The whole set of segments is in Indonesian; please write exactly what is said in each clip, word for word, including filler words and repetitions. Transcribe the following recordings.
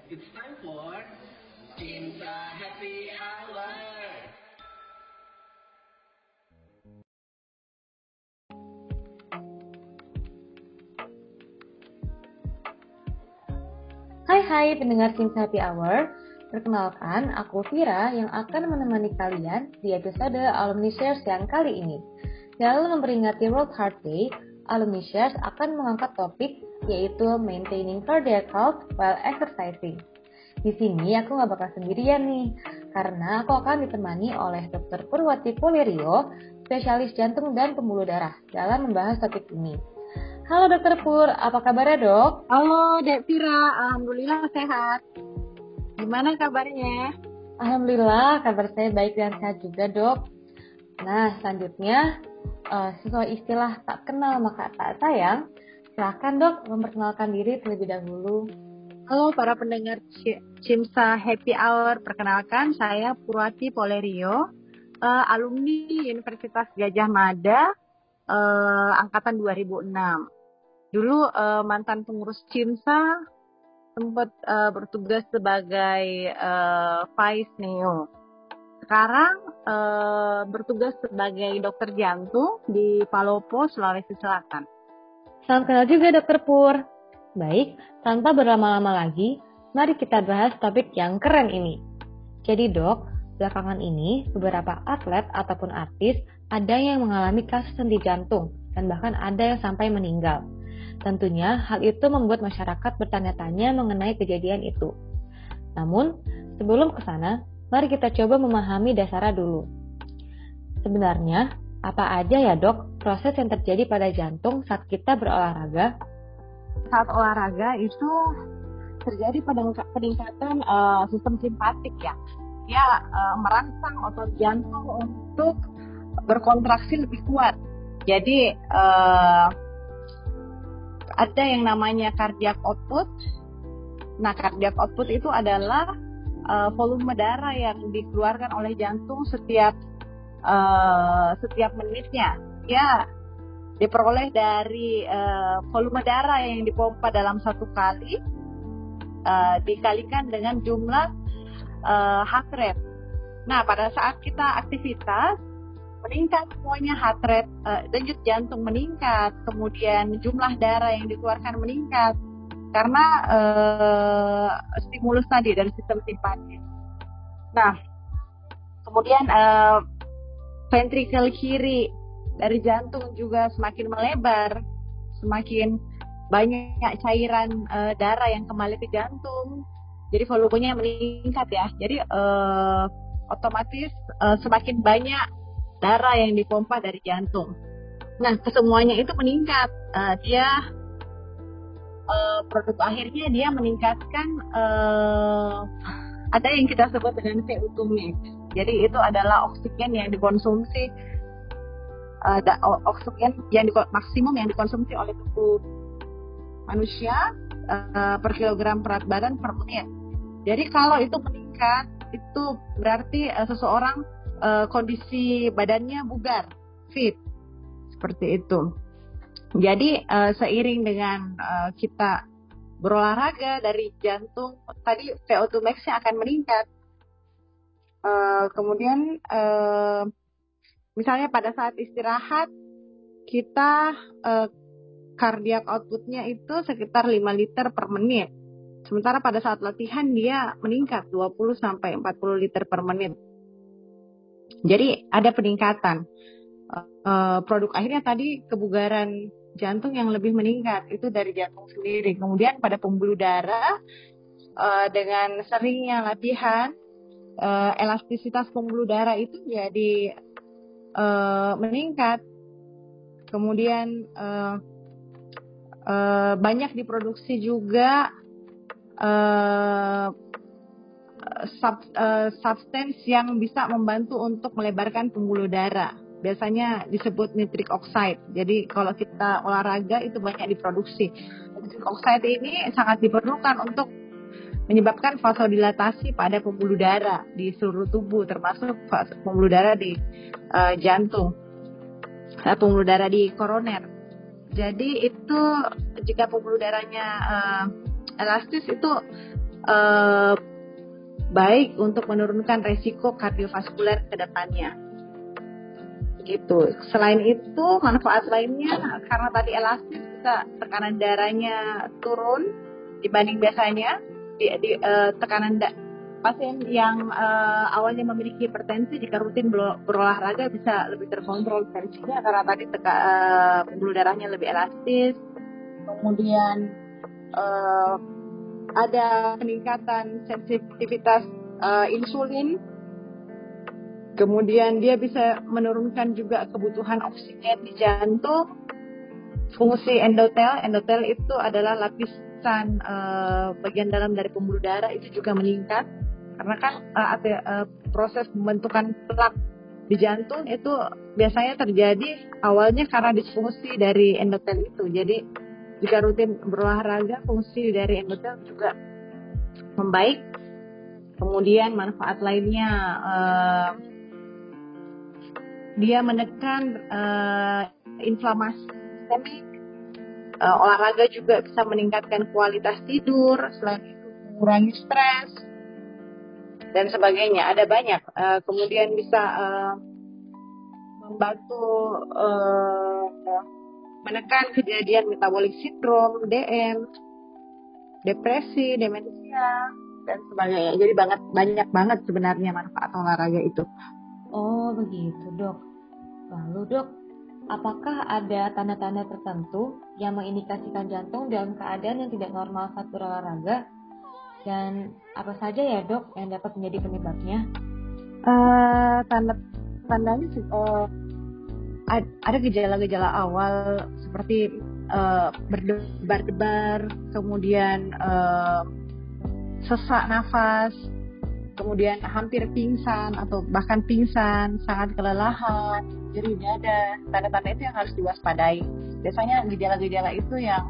It's time for Cinta Happy Hour. Hai hai pendengar Cinta Happy Hour. Perkenalkan, aku Vira yang akan menemani kalian di episode Alumni Shares yang kali ini. Dalam memperingati World Heart Day, Alumni Shares akan mengangkat topik yaitu Maintaining Cardiac Health while Exercising. Di sini aku nggak bakal sendirian nih, karena aku akan ditemani oleh dokter Purwati Polerio, spesialis jantung dan pembuluh darah, dalam membahas topik ini. Halo dokter Pur, apa kabarnya dok? Halo Dek Vira, alhamdulillah sehat. Gimana kabarnya? Alhamdulillah, kabar saya baik dan sehat juga dok. Nah, selanjutnya, uh, sesuai istilah tak kenal maka tak sayang, silakan dok memperkenalkan diri terlebih dahulu. Halo para pendengar Cimsa Happy Hour, perkenalkan saya Purwati Polerio, uh, alumni Universitas Gajah Mada, uh, angkatan dua ribu enam. Dulu uh, mantan pengurus Cimsa, sempat uh, bertugas sebagai uh, Vice Neo. Sekarang uh, bertugas sebagai dokter jantung di Palopo, Sulawesi Selatan. Salam kenal juga dokter Pur. Baik, tanpa berlama-lama lagi, mari kita bahas topik yang keren ini. Jadi dok, belakangan ini beberapa atlet ataupun artis ada yang mengalami kasus henti jantung dan bahkan ada yang sampai meninggal. Tentunya hal itu membuat masyarakat bertanya-tanya mengenai kejadian itu. Namun, sebelum ke sana, mari kita coba memahami dasarnya dulu. Sebenarnya, apa aja ya dok proses yang terjadi pada jantung saat kita berolahraga? Saat olahraga itu terjadi peningkatan uh, sistem simpatik ya. Dia uh, merangsang otot jantung untuk berkontraksi lebih kuat. Jadi uh, ada yang namanya cardiac output. Nah, cardiac output itu adalah uh, volume darah yang dikeluarkan oleh jantung setiap uh, setiap menitnya. Ya, diperoleh dari uh, volume darah yang dipompa dalam satu kali uh, dikalikan dengan jumlah uh, heart rate. Nah, pada saat kita aktivitas meningkat semuanya, heart rate, uh, denyut jantung meningkat, kemudian jumlah darah yang dikeluarkan meningkat karena uh, stimulus tadi dari sistem simpatis. Nah, kemudian uh, ventrikel kiri dari jantung juga semakin melebar, semakin banyak cairan uh, darah yang kembali ke jantung, jadi volumenya meningkat ya. Jadi uh, otomatis uh, semakin banyak darah yang dipompa dari jantung. Nah, kesemuanya itu meningkat. Uh, dia uh, produk akhirnya dia meningkatkan uh, ada yang kita sebut dengan V O two max. Jadi itu adalah oksigen yang dikonsumsi Uh, da, oksigen yang di, maksimum yang dikonsumsi oleh tubuh manusia uh, per kilogram berat badan per menit. Jadi kalau itu meningkat, itu berarti uh, seseorang uh, kondisi badannya bugar, fit, seperti itu. Jadi uh, seiring dengan uh, kita berolahraga dari jantung, tadi V O two max-nya akan meningkat. Uh, kemudian uh, misalnya pada saat istirahat, kita eh, cardiac output-nya itu sekitar lima liter per menit. Sementara pada saat latihan dia meningkat dua puluh sampai empat puluh liter per menit. Jadi ada peningkatan. Eh, produk akhirnya tadi kebugaran jantung yang lebih meningkat, itu dari jantung sendiri. Kemudian pada pembuluh darah, eh, dengan seringnya latihan, eh, elastisitas pembuluh darah itu jadi Uh, meningkat, kemudian uh, uh, banyak diproduksi juga uh, sub, uh, substance yang bisa membantu untuk melebarkan pembuluh darah. Biasanya disebut nitric oxide. Jadi kalau kita olahraga itu banyak diproduksi. Nitric oxide ini sangat diperlukan untuk menyebabkan vasodilatasi pada pembuluh darah di seluruh tubuh, termasuk pembuluh darah di uh, jantung. Pembuluh darah di koroner. Jadi itu jika pembuluh darahnya uh, elastis itu uh, baik untuk menurunkan resiko kardiovaskuler ke depannya. Gitu. Selain itu, manfaat lainnya karena tadi elastis, bisa tekanan darahnya turun dibanding biasanya. Di, di, uh, tekanan da- pasien yang uh, awalnya memiliki hipertensi jika rutin ber- berolahraga bisa lebih terkontrol tensinya karena tadi teka, uh, pembuluh darahnya lebih elastis. Kemudian uh, ada peningkatan sensitivitas uh, insulin. Kemudian dia bisa menurunkan juga kebutuhan oksigen di jantung. Fungsi endotel, endotel itu adalah lapisan uh, bagian dalam dari pembuluh darah, itu juga meningkat. Karena kan uh, ada, uh, proses pembentukan plak di jantung itu biasanya terjadi awalnya karena disfungsi dari endotel itu. Jadi jika rutin berolahraga, fungsi dari endotel juga membaik. Kemudian manfaat lainnya, uh, dia menekan uh, inflamasi sistemik. Uh, olahraga juga bisa meningkatkan kualitas tidur, selain itu mengurangi stres dan sebagainya. Ada banyak. Uh, kemudian bisa uh, membantu uh, menekan kejadian metabolic syndrome, D M, depresi, demensia dan sebagainya. Jadi banget banyak banget sebenarnya manfaat olahraga itu. Oh begitu dok. Lalu dok, apakah ada tanda-tanda tertentu yang mengindikasikan jantung dalam keadaan yang tidak normal saat berolahraga? Dan apa saja ya dok yang dapat menjadi penyebabnya? Uh, tanda-tandanya uh, ada gejala-gejala awal seperti uh, berdebar-debar, kemudian uh, sesak nafas, kemudian hampir pingsan atau bahkan pingsan, sangat kelelahan, nyeri dada. Tanda-tanda itu yang harus diwaspadai. Biasanya gejala-gejala itu yang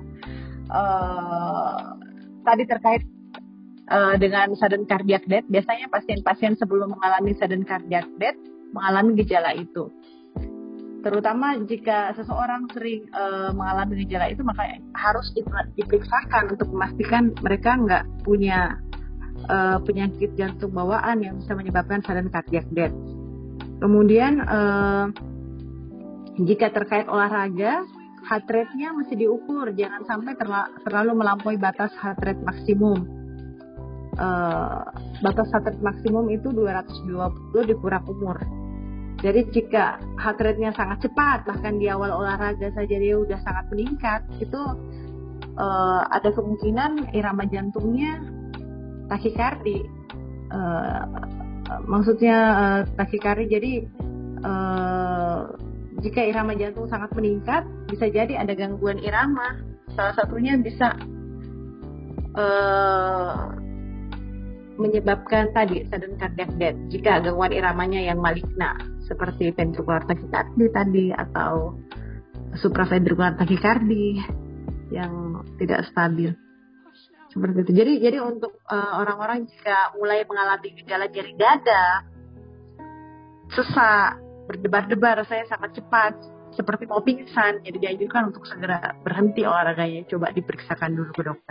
uh, tadi terkait uh, dengan sudden cardiac death. Biasanya pasien-pasien sebelum mengalami sudden cardiac death mengalami gejala itu. Terutama jika seseorang sering uh, mengalami gejala itu, maka harus diperiksakan untuk memastikan mereka nggak punya uh, penyakit jantung bawaan yang bisa menyebabkan sudden cardiac death. Kemudian uh, jika terkait olahraga, heart rate-nya mesti diukur, jangan sampai terla- terlalu melampaui batas heart rate maksimum. Uh, batas heart rate maksimum itu dua ratus dua puluh dikurang umur. Jadi jika heart rate-nya sangat cepat, bahkan di awal olahraga saja dia udah sangat meningkat, itu uh, ada kemungkinan irama jantungnya takikardi. Uh, maksudnya uh, takikardi, jadi uh, jika irama jantung sangat meningkat, bisa jadi ada gangguan irama. Salah satunya bisa uh, menyebabkan tadi sudden cardiac death jika gangguan iramanya yang maligna, seperti ventricular tachycardia tadi atau supraventricular tachycardia yang tidak stabil. Seperti itu. Jadi jadi untuk uh, orang-orang jika mulai mengalami gejala nyeri dada, sesak, berdebar-debar, rasanya sangat cepat, seperti mau pingsan, jadi dianjurkan untuk segera berhenti olahraganya. Coba diperiksakan dulu ke dokter.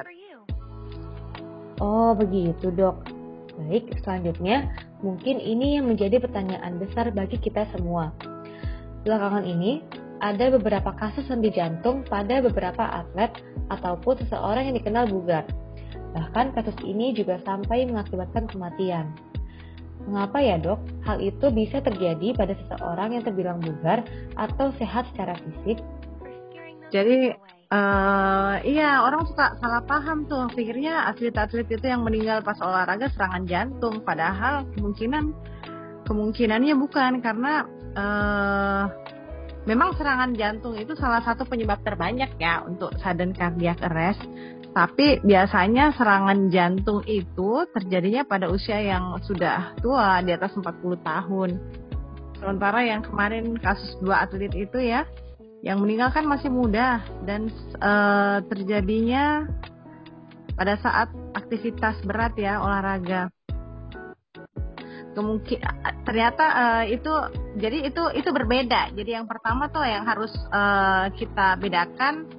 Oh begitu dok. Baik, selanjutnya mungkin ini yang menjadi pertanyaan besar bagi kita semua. Belakangan ini ada beberapa kasus henti jantung pada beberapa atlet ataupun seseorang yang dikenal bugar. Bahkan kasus ini juga sampai mengakibatkan kematian. Mengapa ya dok, hal itu bisa terjadi pada seseorang yang terbilang bugar atau sehat secara fisik? Jadi Uh, iya, orang suka salah paham tuh, pikirnya atlet-atlet itu yang meninggal pas olahraga serangan jantung, padahal kemungkinan kemungkinannya bukan, karena uh, memang serangan jantung itu salah satu penyebab terbanyak ya untuk sudden cardiac arrest, tapi biasanya serangan jantung itu terjadinya pada usia yang sudah tua, di atas empat puluh tahun. Sementara yang kemarin kasus dua atlet itu ya, yang meninggal kan masih muda dan uh, terjadinya pada saat aktivitas berat ya, olahraga. Kemungkin ternyata uh, itu jadi itu itu berbeda. Jadi yang pertama tuh yang harus uh, kita bedakan,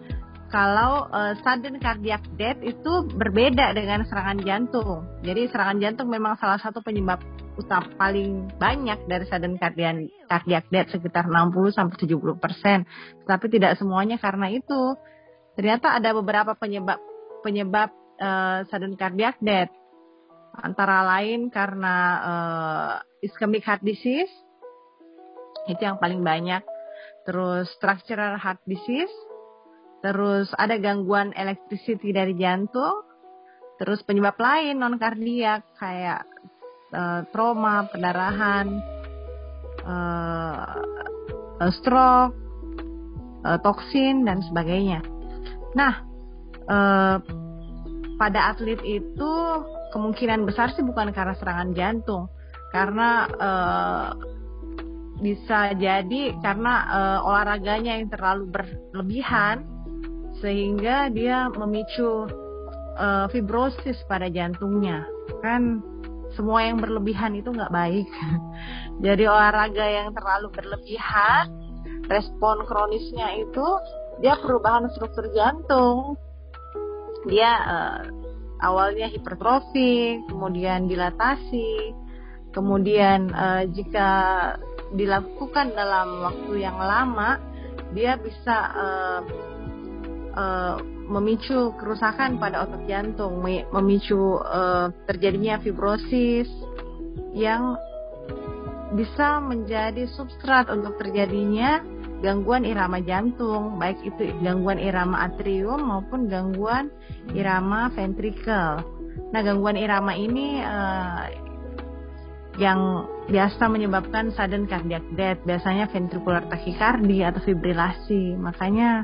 kalau uh, sudden cardiac death itu berbeda dengan serangan jantung. Jadi serangan jantung memang salah satu penyebab utama paling banyak dari sudden cardiac, cardiac death, sekitar enam puluh sampai tujuh puluh persen. Tapi tidak semuanya karena itu. Ternyata ada beberapa penyebab penyebab uh, sudden cardiac death. Antara lain karena uh, ischemic heart disease, itu yang paling banyak. Terus structural heart disease. Terus ada gangguan electricity dari jantung, terus penyebab lain non kardiak kayak uh, trauma, pendarahan, uh, uh, stroke, uh, toksin dan sebagainya. Nah, uh, pada atlet itu kemungkinan besar sih bukan karena serangan jantung, karena uh, bisa jadi karena uh, olahraganya yang terlalu berlebihan, sehingga dia memicu uh, fibrosis pada jantungnya. Kan semua yang berlebihan itu nggak baik. Jadi olahraga yang terlalu berlebihan, respon kronisnya itu dia perubahan struktur jantung. Dia uh, awalnya hipertrofi, kemudian dilatasi, kemudian uh, jika dilakukan dalam waktu yang lama, dia bisa uh, Uh, memicu kerusakan pada otot jantung, memicu uh, terjadinya fibrosis yang bisa menjadi substrat untuk terjadinya gangguan irama jantung, baik itu gangguan irama atrium maupun gangguan irama ventrikel. Nah, gangguan irama ini uh, yang biasa menyebabkan sudden cardiac death, biasanya ventricular tachycardia atau fibrilasi. Makanya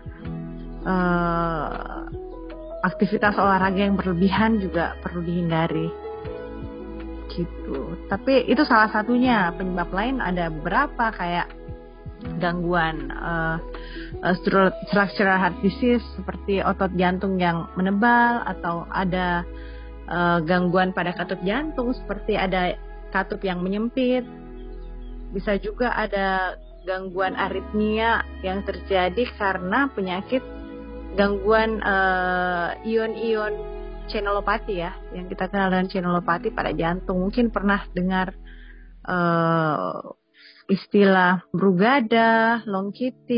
Uh, aktivitas olahraga yang berlebihan juga perlu dihindari gitu. Tapi itu salah satunya. Penyebab lain ada beberapa kayak gangguan uh, uh, structural heart disease seperti otot jantung yang menebal, atau ada uh, gangguan pada katup jantung seperti ada katup yang menyempit. Bisa juga ada gangguan aritmia yang terjadi karena penyakit gangguan uh, ion-ion channelopati ya, yang kita kenal dengan channelopati pada jantung. Mungkin pernah dengar uh, istilah Brugada, long Q T,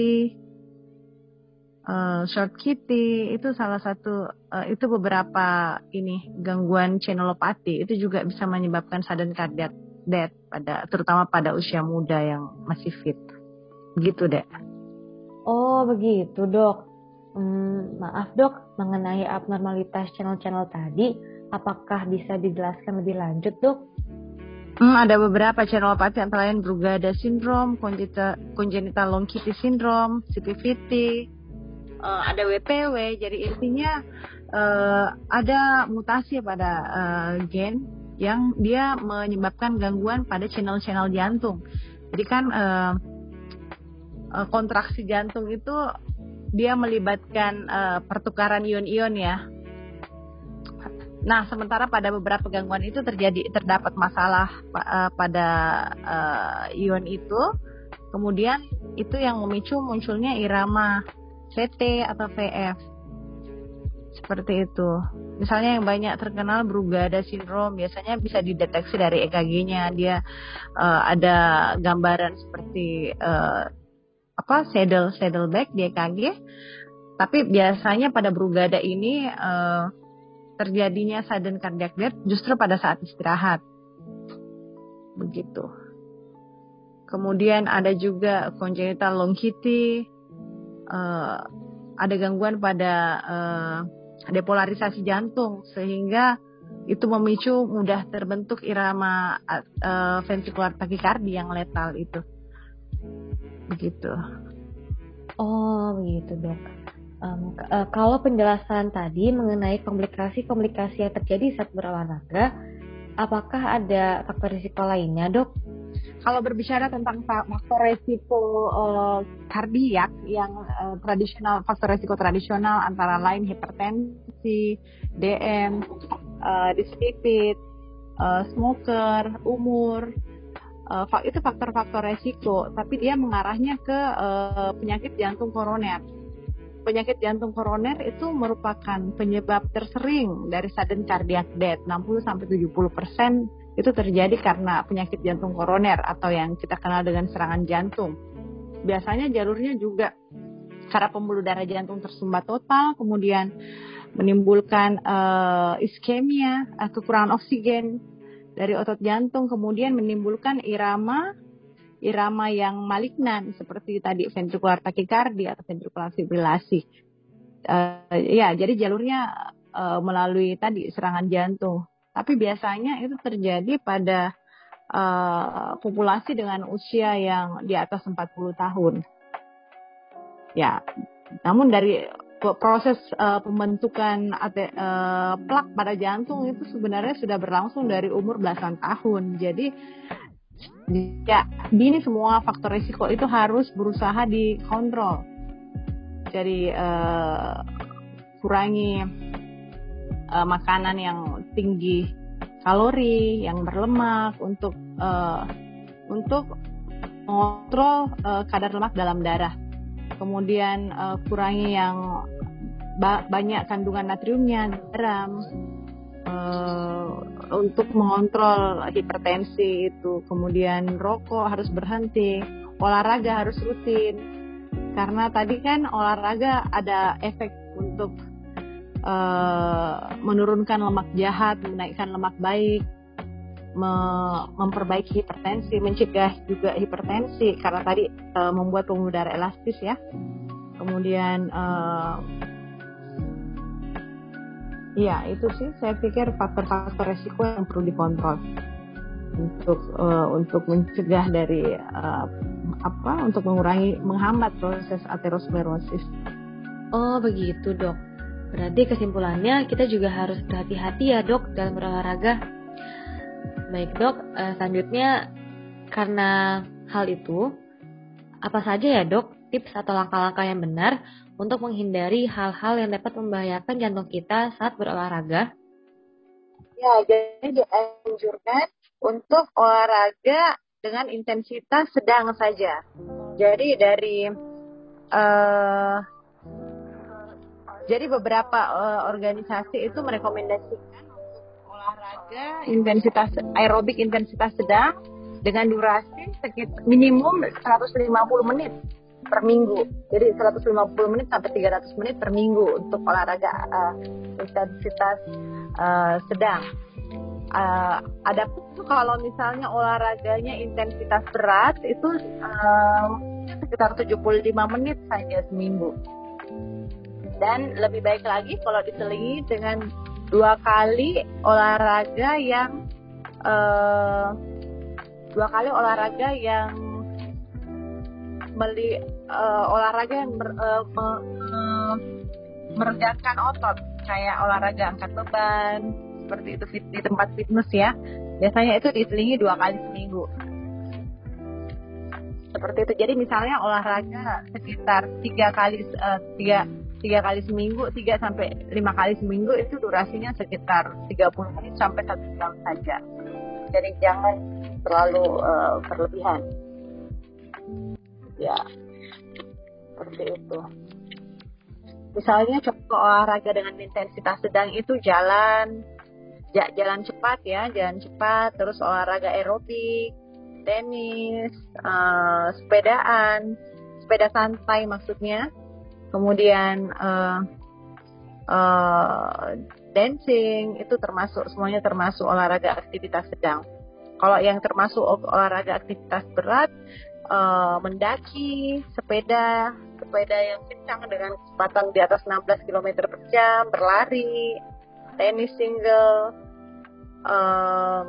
uh, short Q T, itu salah satu, uh, itu beberapa ini gangguan channelopati. Itu juga bisa menyebabkan sudden cardiac death pada, terutama pada usia muda yang masih fit. Begitu deh. Oh begitu dok. Hmm, maaf dok, mengenai abnormalitas channel-channel tadi, apakah bisa dijelaskan lebih lanjut dok? Hmm, ada beberapa channelopati antara lain Brugada syndrome, congenital, congenital long Q T syndrome, C P V T, uh, ada W P W. Jadi intinya uh, ada mutasi pada uh, gen yang dia menyebabkan gangguan pada channel-channel jantung. Jadi kan uh, uh, kontraksi jantung itu dia melibatkan uh, pertukaran ion-ion ya. Nah, sementara pada beberapa gangguan itu terjadi terdapat masalah uh, pada uh, ion itu, kemudian itu yang memicu munculnya irama C T atau V F. Seperti itu. Misalnya yang banyak terkenal Brugada syndrome, biasanya bisa dideteksi dari E K G-nya. Dia uh, ada gambaran seperti uh, apa saddle saddleback di E K G, tapi biasanya pada Brugada ini uh, terjadinya sudden cardiac death justru pada saat istirahat, begitu. Kemudian ada juga congenital long Q T, uh, ada gangguan pada uh, depolarisasi jantung sehingga itu memicu mudah terbentuk irama uh, ventricular tachycardia yang letal itu. Begitu. Oh begitu dok. Um, k- uh, kalau penjelasan tadi mengenai komplikasi-komplikasi yang terjadi saat berolahraga, apakah ada faktor risiko lainnya dok? Kalau berbicara tentang faktor risiko uh, kardiak yang uh, tradisional, faktor risiko tradisional antara lain hipertensi, D M, uh, dislipid, uh, smoker, umur. Uh, itu faktor-faktor resiko, tapi dia mengarahnya ke uh, penyakit jantung koroner. penyakit jantung koroner itu merupakan penyebab tersering dari sudden cardiac death. enam puluh sampai tujuh puluh persen itu terjadi karena penyakit jantung koroner atau yang kita kenal dengan serangan jantung. Biasanya jalurnya juga karena pembuluh darah jantung tersumbat total, kemudian menimbulkan uh, iskemia, uh, kekurangan oksigen dari otot jantung, kemudian menimbulkan irama irama yang malignan seperti tadi ventricular tachycardia atau ventricular fibrilasi. Uh, ya, jadi jalurnya uh, melalui tadi serangan jantung. Tapi biasanya itu terjadi pada uh, populasi dengan usia yang di atas empat puluh tahun. Ya, namun dari proses uh, pembentukan ate, uh, plak pada jantung itu sebenarnya sudah berlangsung dari umur belasan tahun. Jadi ya, ini semua faktor risiko itu harus berusaha dikontrol. Jadi uh, kurangi uh, makanan yang tinggi kalori, yang berlemak untuk uh, untuk mengontrol uh, kadar lemak dalam darah. Kemudian uh, kurangi yang ba- banyak kandungan natriumnya, garam, uh, untuk mengontrol hipertensi itu. Kemudian rokok harus berhenti, olahraga harus rutin. Karena tadi kan olahraga ada efek untuk uh, menurunkan lemak jahat, menaikkan lemak baik, memperbaiki hipertensi, mencegah juga hipertensi karena tadi e, membuat pembuluh darah elastis ya. Kemudian e, ya itu sih saya pikir faktor-faktor resiko yang perlu dikontrol untuk e, untuk mencegah dari e, apa untuk mengurangi menghambat proses aterosklerosis. Oh begitu dok. Berarti kesimpulannya kita juga harus berhati-hati ya dok dalam berolahraga. Baik dok, uh, selanjutnya karena hal itu, apa saja ya dok tips atau langkah-langkah yang benar untuk menghindari hal-hal yang dapat membahayakan jantung kita saat berolahraga? Ya, jadi dianjurkan untuk olahraga dengan intensitas sedang saja. Jadi dari uh, jadi beberapa uh, organisasi itu merekomendasikan olahraga intensitas aerobik intensitas sedang dengan durasi sekitar minimum seratus lima puluh menit per minggu. Jadi seratus lima puluh menit sampai tiga ratus menit per minggu untuk olahraga uh, intensitas uh, sedang. Uh, ada pun kalau misalnya olahraganya intensitas berat itu uh, sekitar tujuh puluh lima menit saja seminggu. Dan lebih baik lagi kalau diselingi dengan dua kali olahraga yang uh, dua kali olahraga yang meli, uh, olahraga yang ber, uh, me, uh, meregangkan otot kayak olahraga angkat beban seperti itu di tempat fitness ya. Biasanya itu diselingi dua kali seminggu. Seperti itu. Jadi misalnya olahraga sekitar tiga kali uh, tiga tiga kali seminggu, tiga sampai lima kali seminggu itu durasinya sekitar tiga puluh menit sampai satu jam saja. Jadi jangan terlalu uh, berlebihan. Ya, seperti itu. Misalnya contoh olahraga dengan intensitas sedang itu jalan, ja, jalan cepat ya, jalan cepat, terus olahraga aerobik, tenis, uh, sepedaan, sepeda santai maksudnya. Kemudian uh, uh, dancing itu termasuk semuanya termasuk olahraga aktivitas sedang. Kalau yang termasuk olahraga aktivitas berat, uh, mendaki, sepeda, sepeda yang kencang dengan kecepatan di atas enam belas kilometer per jam, berlari, tenis single, um,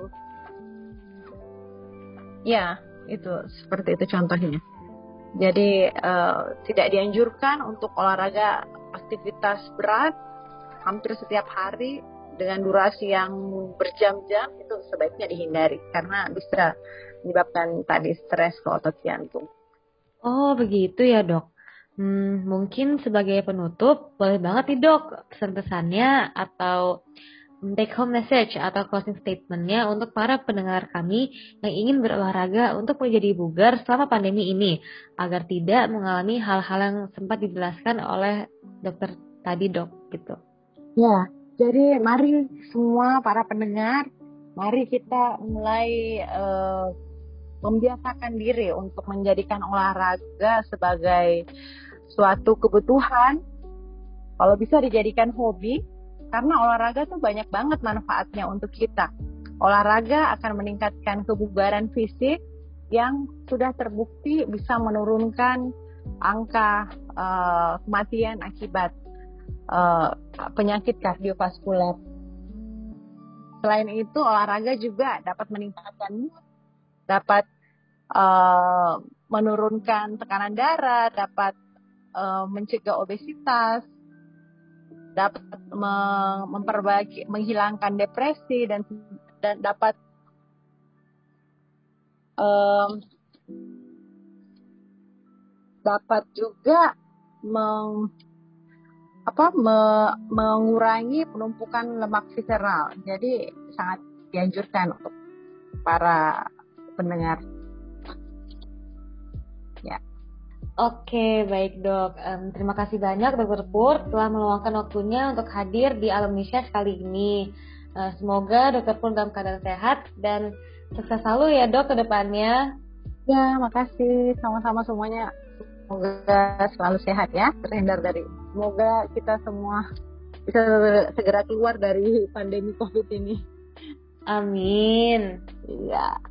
ya itu seperti itu contohnya. Jadi uh, tidak dianjurkan untuk olahraga aktivitas berat hampir setiap hari dengan durasi yang berjam-jam, itu sebaiknya dihindari karena bisa menyebabkan tadi stres ke otot jantung. Oh begitu ya dok. Hmm, mungkin sebagai penutup boleh banget nih dok pesan-pesannya atau take home message atau closing statement-nya untuk para pendengar kami yang ingin berolahraga untuk menjadi bugar selama pandemi ini, agar tidak mengalami hal-hal yang sempat dijelaskan oleh dokter tadi, Dok, gitu. Ya, jadi mari semua para pendengar, mari kita mulai uh, membiasakan diri untuk menjadikan olahraga sebagai suatu kebutuhan, kalau bisa dijadikan hobi, karena olahraga tuh banyak banget manfaatnya untuk kita. Olahraga akan meningkatkan kebugaran fisik yang sudah terbukti bisa menurunkan angka uh, kematian akibat uh, penyakit kardiovaskuler. Selain itu, olahraga juga dapat meningkatkan, dapat uh, menurunkan tekanan darah, dapat uh, mencegah obesitas, dapat memperbaiki, menghilangkan depresi, dan dan dapat um, dapat juga meng, apa, me, mengurangi penumpukan lemak visceral. Jadi sangat dianjurkan untuk para pendengar. Ya. Oke, baik Dok. Um, terima kasih banyak Dokter Pur telah meluangkan waktunya untuk hadir di Alumnisha kali ini. Uh, semoga Dokter Pur dalam keadaan sehat dan sukses selalu ya Dok ke depannya. Ya, makasih. Sama-sama semuanya. Semoga selalu sehat ya, terhindar dari. Semoga kita semua bisa segera keluar dari pandemi COVID ini. Amin. Iya.